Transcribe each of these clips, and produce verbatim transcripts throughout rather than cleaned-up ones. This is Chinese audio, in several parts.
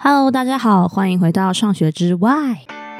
Hello， 大家好，欢迎回到上学之外。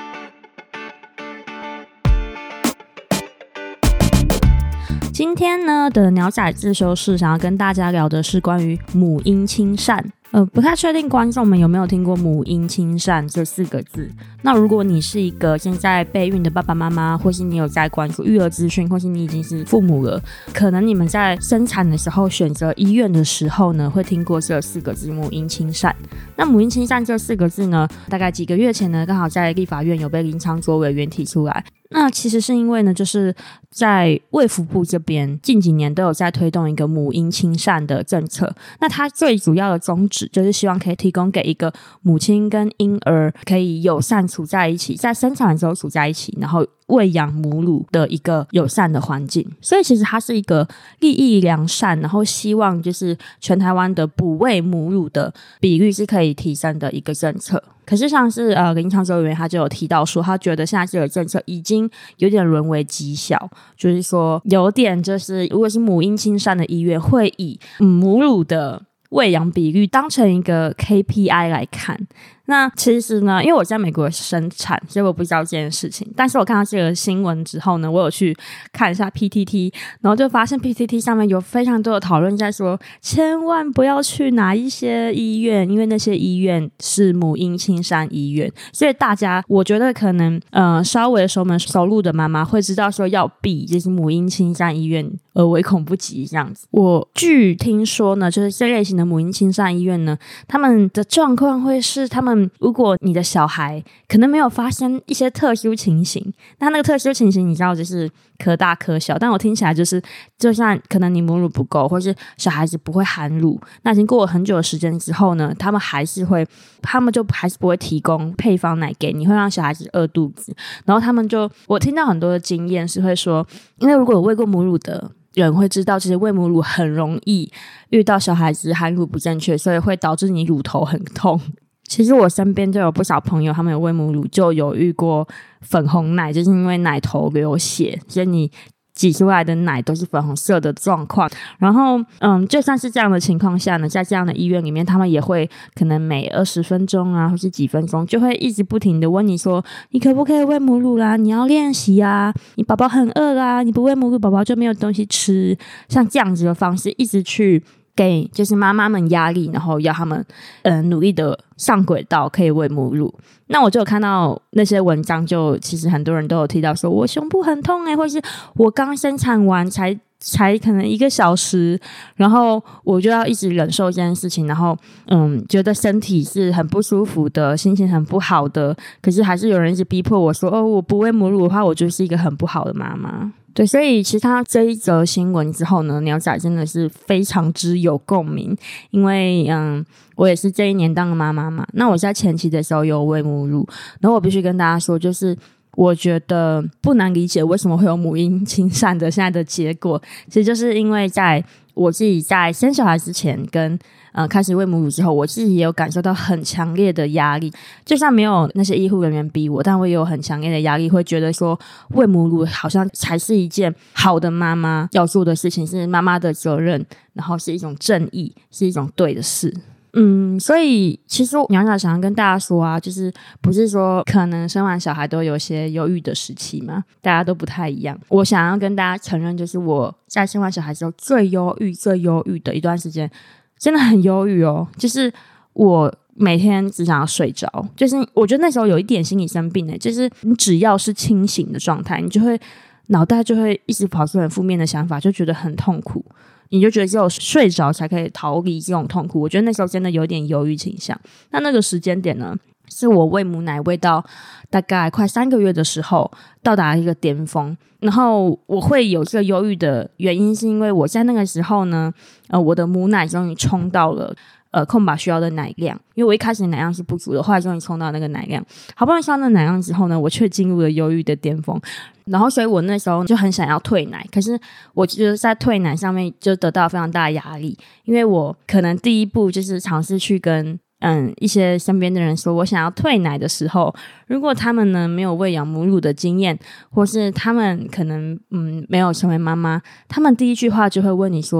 今天呢的鸟仔自修室想要跟大家聊的是关于母婴亲善。呃，不太确定观众们有没有听过母婴亲善这四个字。那如果你是一个现在备孕的爸爸妈妈，或是你有在关注育儿资讯，或是你已经是父母了，可能你们在生产的时候选择医院的时候呢，会听过这四个字母婴亲善。那母婴亲善这四个字呢，大概几个月前呢，刚好在立法院有被林昶佐委员提出来。那其实是因为呢，就是在卫福部这边近几年都有在推动一个母婴亲善的政策。那它最主要的宗旨就是希望可以提供给一个母亲跟婴儿可以友善处在一起，在生产的时候处在一起，然后喂养母乳的一个友善的环境。所以其实它是一个利益良善，然后希望就是全台湾的哺喂母乳的比率是可以提升的一个政策。可是像是呃林昶佐委员他就有提到说，他觉得现在这个政策已经有点沦为绩效，就是说有点就是如果是母婴亲善的医院会以、嗯、母乳的喂养比率当成一个 K P I 来看。那其实呢，因为我在美国生产，所以我不知道这件事情，但是我看到这个新闻之后呢，我有去看一下 P T T， 然后就发现 P T T 上面有非常多的讨论在说，千万不要去哪一些医院，因为那些医院是母婴亲善医院。所以大家我觉得可能呃稍微熟门熟路的妈妈会知道说要避就是母婴亲善医院，而唯恐不及这样子。我据听说呢，就是这类型的母婴亲善医院呢，他们的状况会是他们如果你的小孩可能没有发生一些特殊情形，那那个特殊情形你知道就是可大可小，但我听起来就是就算可能你母乳不够，或是小孩子不会含乳，那已经过了很久的时间之后呢，他们还是会他们就还是不会提供配方奶给你，会让小孩子饿肚子。然后他们就我听到很多的经验是会说，因为如果有喂过母乳的人会知道，其实喂母乳很容易遇到小孩子含乳不正确，所以会导致你乳头很痛。其实我身边就有不少朋友，他们有喂母乳就有遇过粉红奶，就是因为奶头流血，所以你挤出来的奶都是粉红色的状况。然后嗯，就算是这样的情况下呢，在这样的医院里面，他们也会可能每二十分钟啊或是几分钟就会一直不停的问你说，你可不可以喂母乳啦，你要练习啊，你宝宝很饿啦，你不喂母乳宝宝就没有东西吃。像这样子的方式一直去给就是妈妈们压力，然后要他们呃努力的上轨道可以喂母乳。那我就有看到那些文章，就其实很多人都有提到说，我胸部很痛欸，或是我刚生产完才才可能一个小时，然后我就要一直忍受这件事情，然后嗯，觉得身体是很不舒服的，心情很不好的，可是还是有人一直逼迫我说，哦，我不喂母乳的话，我就是一个很不好的妈妈。对，所以其实他这一则新闻之后呢，鸟仔真的是非常之有共鸣，因为嗯，我也是这一年当了妈妈嘛。那我在前期的时候有喂母乳，然后我必须跟大家说，就是我觉得不难理解为什么会有母婴亲善的现在的结果，其实就是因为在我自己在生小孩之前跟呃开始喂母乳之后，我自己也有感受到很强烈的压力，就算没有那些医护人员逼我，但我也有很强烈的压力，会觉得说喂母乳好像才是一件好的妈妈要做的事情，是妈妈的责任，然后是一种正义，是一种对的事。嗯，所以其实鸟仔想要跟大家说啊，就是不是说可能生完小孩都有些忧郁的时期嘛，大家都不太一样。我想要跟大家承认，就是我在生完小孩之后最忧郁最忧郁的一段时间，真的很忧郁哦，就是我每天只想要睡着，就是我觉得那时候有一点心理生病欸，就是你只要是清醒的状态，你就会脑袋就会一直跑出很负面的想法，就觉得很痛苦，你就觉得只有睡着才可以逃离这种痛苦。我觉得那时候真的有点忧郁倾向。那那个时间点呢，是我喂母奶喂到大概快三个月的时候到达一个巅峰。然后我会有这个忧郁的原因是因为我在那个时候呢呃，我的母奶终于冲到了呃，空把需要的奶量，因为我一开始奶量是不足的，后来终于冲到那个奶量，好不容易上那奶量之后呢，我却进入了忧郁的巅峰。然后所以我那时候就很想要退奶，可是我觉得在退奶上面就得到非常大的压力，因为我可能第一步就是尝试去跟嗯一些身边的人说我想要退奶的时候，如果他们呢没有喂养母乳的经验，或是他们可能嗯没有成为妈妈，他们第一句话就会问你说，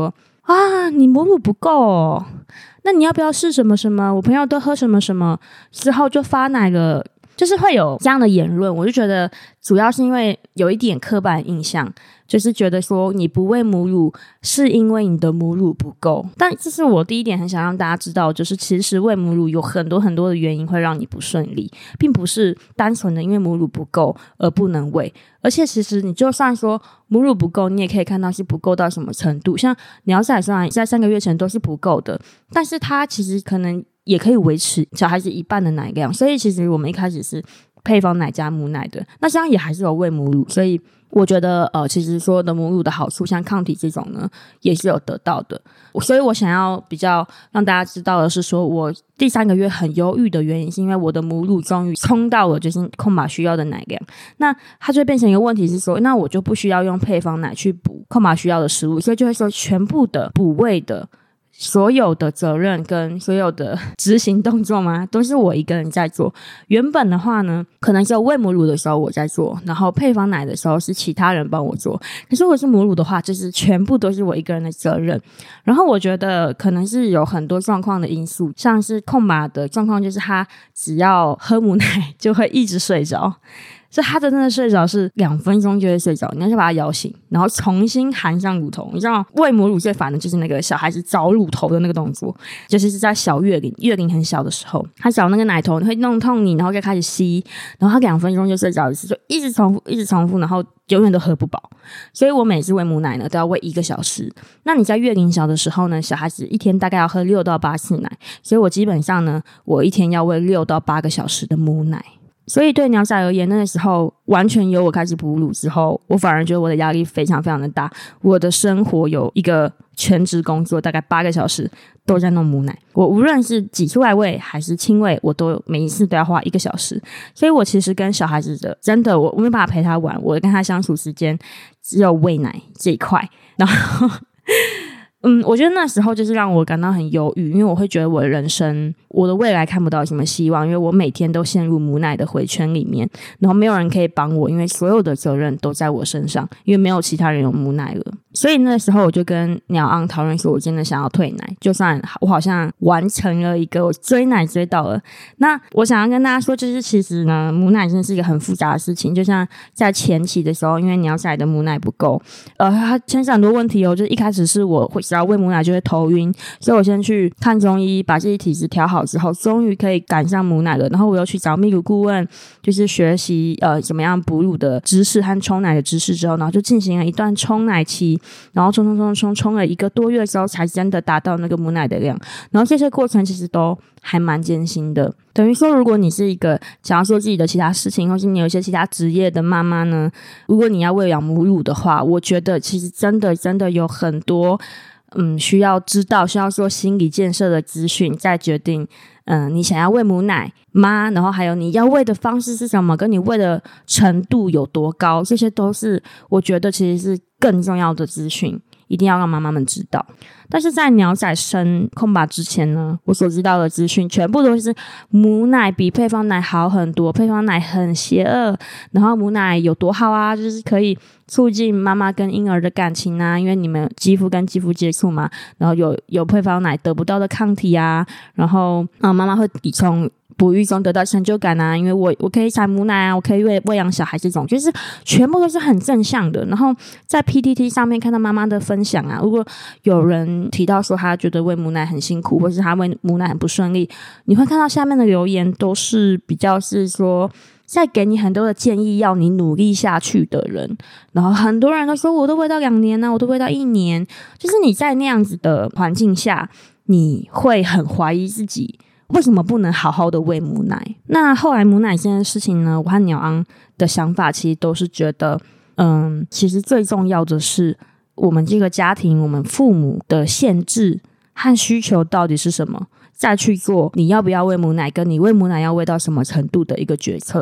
啊，你母乳不够哦，那你要不要试什么什么？我朋友都喝什么什么之后就发奶了，就是会有这样的言论。我就觉得主要是因为有一点刻板印象，就是觉得说你不喂母乳是因为你的母乳不够。但这是我第一点很想让大家知道，就是其实喂母乳有很多很多的原因会让你不顺利，并不是单纯的因为母乳不够而不能喂。而且其实你就算说母乳不够，你也可以看到是不够到什么程度。像鸟仔虽然在三个月前都是不够的，但是它其实可能也可以维持小孩子一半的奶量。所以其实我们一开始是配方奶加母奶的，那这样也还是有喂母乳。所以我觉得呃，其实所有的母乳的好处，像抗体这种呢，也是有得到的。所以我想要比较让大家知道的是说，我第三个月很忧郁的原因是因为我的母乳终于冲到了就是空爸需要的奶量，那它就会变成一个问题是说，那我就不需要用配方奶去补空爸需要的食物，所以就会说全部的补喂的所有的责任跟所有的执行动作嘛，都是我一个人在做。原本的话呢，可能只有喂母乳的时候我在做，然后配方奶的时候是其他人帮我做。可是如果是母乳的话，就是全部都是我一个人的责任。然后我觉得可能是有很多状况的因素，像是空爸的状况就是他只要喝母奶就会一直睡着。所以他真的睡着是两分钟就会睡着，你要去把他摇醒，然后重新含上乳头。你知道喂母乳最烦的就是那个小孩子找乳头的那个动作，就是在小月龄月龄很小的时候，他找那个奶头会弄痛你，然后就开始吸，然后他两分钟就睡着一次，就一直重复一直重复，然后永远都喝不饱。所以我每次喂母奶呢都要喂一个小时。那你在月龄小的时候呢，小孩子一天大概要喝六到八次奶，所以我基本上呢我一天要喂六到八个小时的母奶。所以对鸟仔而言，那个时候完全由我开始哺乳之后，我反而觉得我的压力非常非常的大。我的生活有一个全职工作，大概八个小时都在弄母奶。我无论是挤出来喂还是亲喂，我都每一次都要花一个小时。所以我其实跟小孩子的真的我我没办法陪他玩，我跟他相处时间只有喂奶这一块。然后嗯，我觉得那时候就是让我感到很忧郁，因为我会觉得我的人生我的未来看不到什么希望，因为我每天都陷入母奶的回圈里面，然后没有人可以帮我，因为所有的责任都在我身上，因为没有其他人有母奶了。所以那时候我就跟鸟昂讨论说，我真的想要退奶，就算我好像完成了一个我追奶追到了。那我想要跟大家说，就是其实呢母奶真的是一个很复杂的事情，就像在前期的时候，因为鸟仔的母奶不够，呃它牵涉很多问题哦。就是一开始是我会只要喂母奶就会头晕，所以我先去看中医，把自己体质调好之后，终于可以赶上母奶了。然后我又去找泌乳顾问，就是学习呃怎么样哺乳的知识和冲奶的知识之后，然后就进行了一段冲奶期，然后冲冲冲冲冲了一个多月之后，才真的达到那个母奶的量。然后这些过程其实都还蛮艰辛的。等于说，如果你是一个想要做自己的其他事情，或是你有一些其他职业的妈妈呢，如果你要喂养母乳的话，我觉得其实真的真的有很多嗯需要知道、需要做心理建设的资讯，再决定嗯你想要喂母奶吗？然后还有你要喂的方式是什么，跟你喂的程度有多高，这些都是我觉得其实是更重要的资讯，一定要让妈妈们知道。但是在鸟仔生空爸之前呢，我所知道的资讯全部都是母奶比配方奶好很多，配方奶很邪恶，然后母奶有多好啊，就是可以促进妈妈跟婴儿的感情啊，因为你们肌肤跟肌肤接触嘛，然后有有配方奶得不到的抗体啊，然后啊妈妈会从哺育中得到成就感啊，因为我我可以产母奶啊，我可以喂喂养小孩，这种就是全部都是很正向的。然后在 P T T 上面看到妈妈的分享啊，如果有人提到说他觉得喂母奶很辛苦，或是他喂母奶很不顺利，你会看到下面的留言都是比较是说在给你很多的建议，要你努力下去的人。然后很多人都说我都喂到两年啊，我都喂到一年，就是你在那样子的环境下，你会很怀疑自己为什么不能好好的喂母奶。那后来母奶这件事情呢，我和鸟昂的想法其实都是觉得嗯，其实最重要的是我们这个家庭，我们父母的限制和需求到底是什么，再去做你要不要喂母奶，跟你喂母奶要喂到什么程度的一个决策。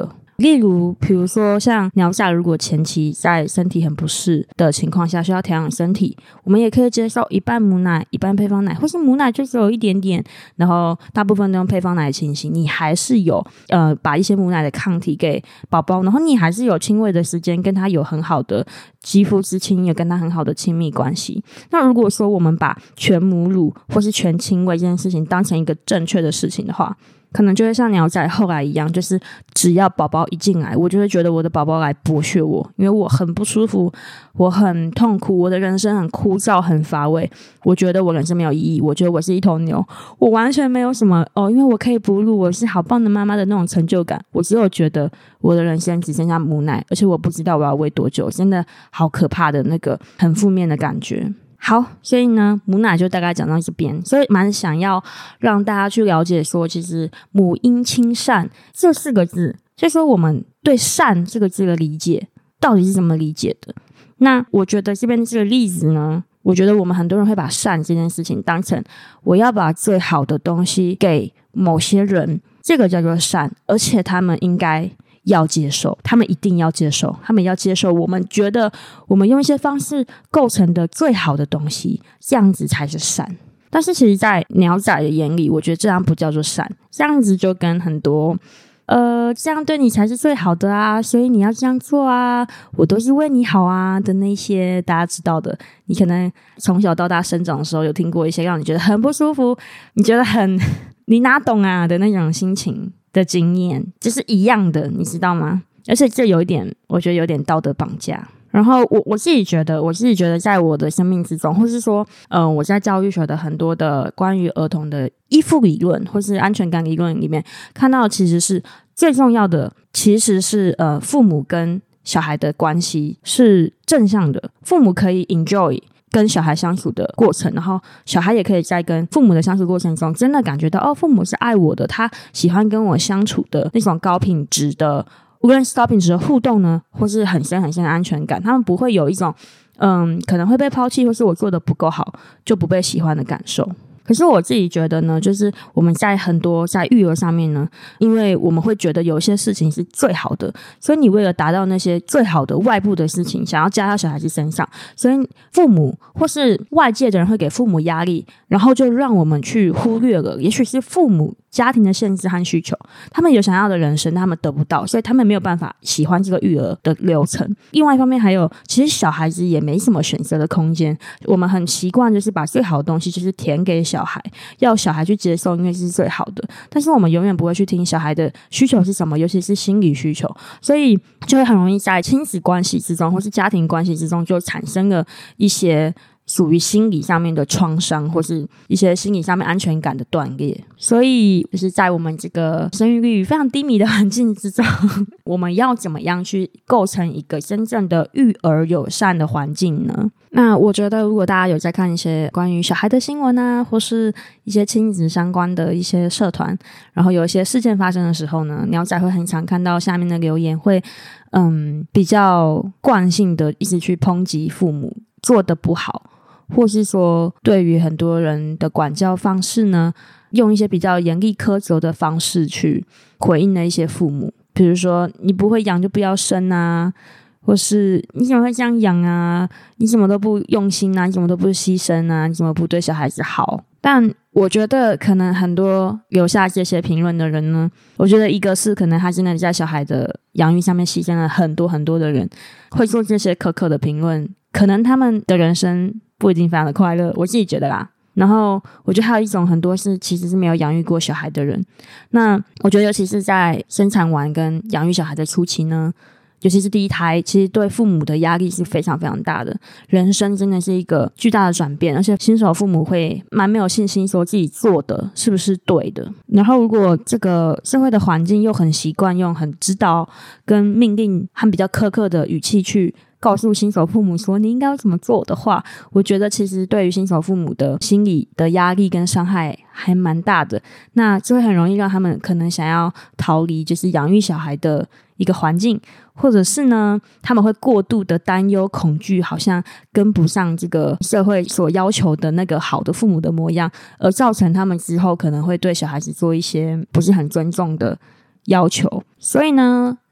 例如比如说像鸟仔如果前期在身体很不适的情况下需要调养身体，我们也可以接受一半母奶一半配方奶，或是母奶就只有一点点，然后大部分都用配方奶的情形，你还是有呃把一些母奶的抗体给宝宝，然后你还是有亲喂的时间，跟他有很好的肌肤之亲，也跟他很好的亲密关系。那如果说我们把全母乳或是全亲喂这件事情当成一个正确的事情的话，可能就会像鸟仔后来一样，就是只要宝宝一进来，我就会觉得我的宝宝来剥削我，因为我很不舒服，我很痛苦，我的人生很枯燥很乏味，我觉得我人生没有意义，我觉得我是一头牛，我完全没有什么哦，因为我可以哺乳，我是好棒的妈妈的那种成就感，我只有觉得我的人生只剩下母奶，而且我不知道我要喂多久，真的好可怕的那个很负面的感觉。好，所以呢母奶就大概讲到这边，所以蛮想要让大家去了解说，其实母婴亲善这四个字，就是说我们对善这个字的理解到底是怎么理解的。那我觉得这边这个例子呢，我觉得我们很多人会把善这件事情当成我要把最好的东西给某些人，这个叫做善，而且他们应该要接受，他们一定要接受，他们要接受我们觉得我们用一些方式构成的最好的东西，这样子才是善。但是其实在鸟仔的眼里，我觉得这样不叫做善，这样子就跟很多呃，这样对你才是最好的啊，所以你要这样做啊，我都是为你好啊的那些大家知道的，你可能从小到大生长的时候有听过一些让你觉得很不舒服，你觉得很你哪懂啊的那种心情的经验，就是一样的，你知道吗？而且这有一点我觉得有点道德绑架。然后我我自己觉得我自己觉得在我的生命之中，或是说呃我在教育学的很多的关于儿童的依附理论或是安全感理论里面看到，其实是最重要的其实是呃父母跟小孩的关系是正向的，父母可以 enjoy跟小孩相处的过程，然后小孩也可以在跟父母的相处过程中真的感觉到哦，父母是爱我的，他喜欢跟我相处的那种高品质的，无论是高品质的互动呢，或是很深很深的安全感，他们不会有一种嗯可能会被抛弃或是我做的不够好就不被喜欢的感受。可是我自己觉得呢，就是我们在很多在育儿上面呢，因为我们会觉得有些事情是最好的，所以你为了达到那些最好的外部的事情想要加到小孩子身上，所以父母或是外界的人会给父母压力，然后就让我们去忽略了也许是父母家庭的限制和需求，他们有想要的人生他们得不到，所以他们没有办法喜欢这个育儿的流程。另外一方面还有其实小孩子也没什么选择的空间，我们很习惯就是把最好的东西就是填给小孩，要小孩去接受，因为是最好的，但是我们永远不会去听小孩的需求是什么，尤其是心理需求，所以就会很容易在亲子关系之中或是家庭关系之中就产生了一些属于心理上面的创伤，或是一些心理上面安全感的断裂。所以就是在我们这个生育率非常低迷的环境之中，我们要怎么样去构成一个真正的育儿友善的环境呢？那我觉得如果大家有在看一些关于小孩的新闻啊，或是一些亲子相关的一些社团，然后有一些事件发生的时候呢，鸟仔会很常看到下面的留言会嗯比较惯性的一直去抨击父母做得不好，或是说对于很多人的管教方式呢，用一些比较严厉苛责的方式去回应了一些父母，比如说你不会养就不要生啊，或是你怎么会这样养啊，你怎么都不用心啊，你怎么都不牺牲啊，你怎么不对小孩子好。但我觉得可能很多留下这些评论的人呢，我觉得一个是可能他真的在小孩的养育上面牺牲了很多很多的人，会做这些苛刻的评论，可能他们的人生不一定非常的快乐，我自己觉得啦。然后我觉得还有一种很多是其实是没有养育过小孩的人，那我觉得尤其是在生产完跟养育小孩的初期呢，尤其是第一胎，其实对父母的压力是非常非常大的，人生真的是一个巨大的转变，而且新手父母会蛮没有信心说自己做的是不是对的。然后如果这个社会的环境又很习惯用很指导跟命令和比较苛刻的语气去告诉新手父母说你应该要怎么做的话，我觉得其实对于新手父母的心理的压力跟伤害还蛮大的，那就会很容易让他们可能想要逃离就是养育小孩的一个环境，或者是呢他们会过度的担忧恐惧，好像跟不上这个社会所要求的那个好的父母的模样，而造成他们之后可能会对小孩子做一些不是很尊重的要求。所以呢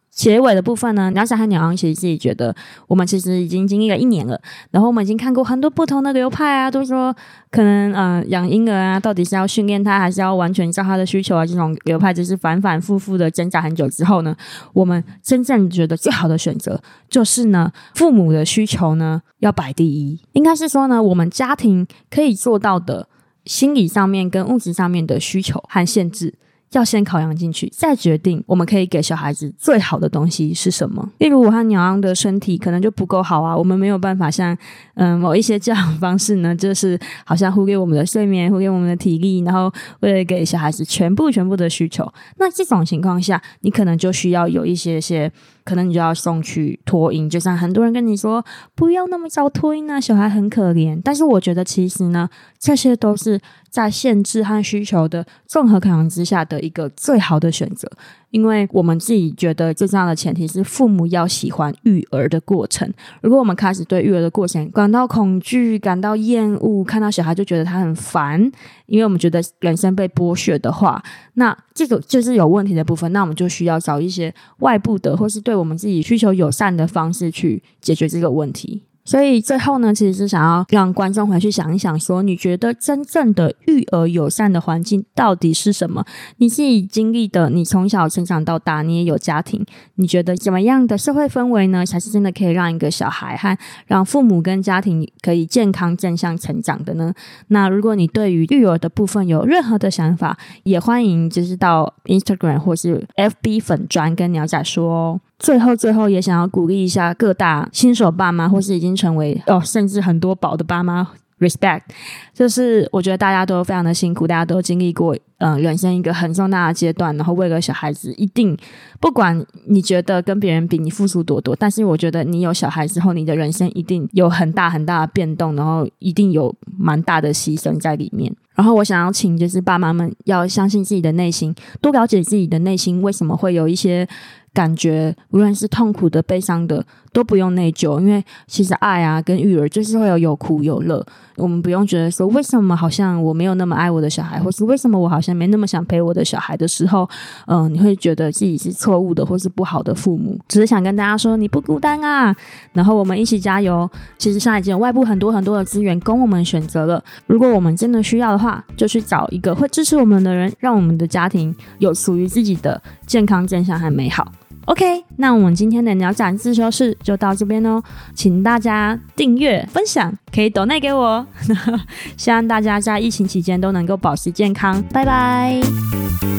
结尾的部分呢，鸟仔和鸟昂其实自己觉得我们其实已经经历了一年了，然后我们已经看过很多不同的流派啊，都说可能呃养婴儿啊到底是要训练他还是要完全照他的需求啊，这种流派就是反反复复的挣扎很久之后呢，我们真正觉得最好的选择就是呢父母的需求呢要摆第一，应该是说呢我们家庭可以做到的心理上面跟物质上面的需求和限制要先考量进去，再决定我们可以给小孩子最好的东西是什么。例如我和鸟昂的身体可能就不够好啊，我们没有办法像嗯、呃、某一些教养方式呢，就是好像忽略我们的睡眠，忽略我们的体力，然后为了给小孩子全部全部的需求，那这种情况下你可能就需要有一些些，可能你就要送去托婴，就像很多人跟你说不要那么早托婴啊，小孩很可怜，但是我觉得其实呢这些都是在限制和需求的综合考量之下的一个最好的选择，因为我们自己觉得最重要的前提是父母要喜欢育儿的过程。如果我们开始对育儿的过程感到恐惧，感到厌恶，看到小孩就觉得他很烦，因为我们觉得人生被剥削的话，那这个就是有问题的部分，那我们就需要找一些外部的或是对我们自己需求友善的方式去解决这个问题。所以最后呢，其实是想要让观众回去想一想说，你觉得真正的育儿友善的环境到底是什么？你自己经历的，你从小成长到大，你也有家庭，你觉得怎么样的社会氛围呢才是真的可以让一个小孩和让父母跟家庭可以健康正向成长的呢？那如果你对于育儿的部分有任何的想法，也欢迎就是到 Instagram 或是 F B 粉专跟鸟仔说哦。最后最后也想要鼓励一下各大新手爸妈或是已经成为哦甚至很多宝的爸妈 respect， 就是我觉得大家都非常的辛苦，大家都经历过呃人生一个很重大的阶段，然后为了小孩子一定不管你觉得跟别人比你付出多多，但是我觉得你有小孩之后你的人生一定有很大很大的变动，然后一定有蛮大的牺牲在里面。然后我想要请就是爸妈们要相信自己的内心，多了解自己的内心为什么会有一些感觉，无论是痛苦的悲伤的都不用内疚，因为其实爱啊跟育儿就是会有有苦有乐，我们不用觉得说为什么好像我没有那么爱我的小孩，或是为什么我好像没那么想陪我的小孩的时候嗯、呃，你会觉得自己是错误的或是不好的父母。只是想跟大家说你不孤单啊，然后我们一起加油，其实现在已经有外部很多很多的资源供我们选择了，如果我们真的需要的话就去找一个会支持我们的人，让我们的家庭有属于自己的健康正向和美好。OK， 那我们今天的鸟仔自修室就到这边哦，请大家订阅分享，可以 donate 给我希望大家在疫情期间都能够保持健康，拜拜。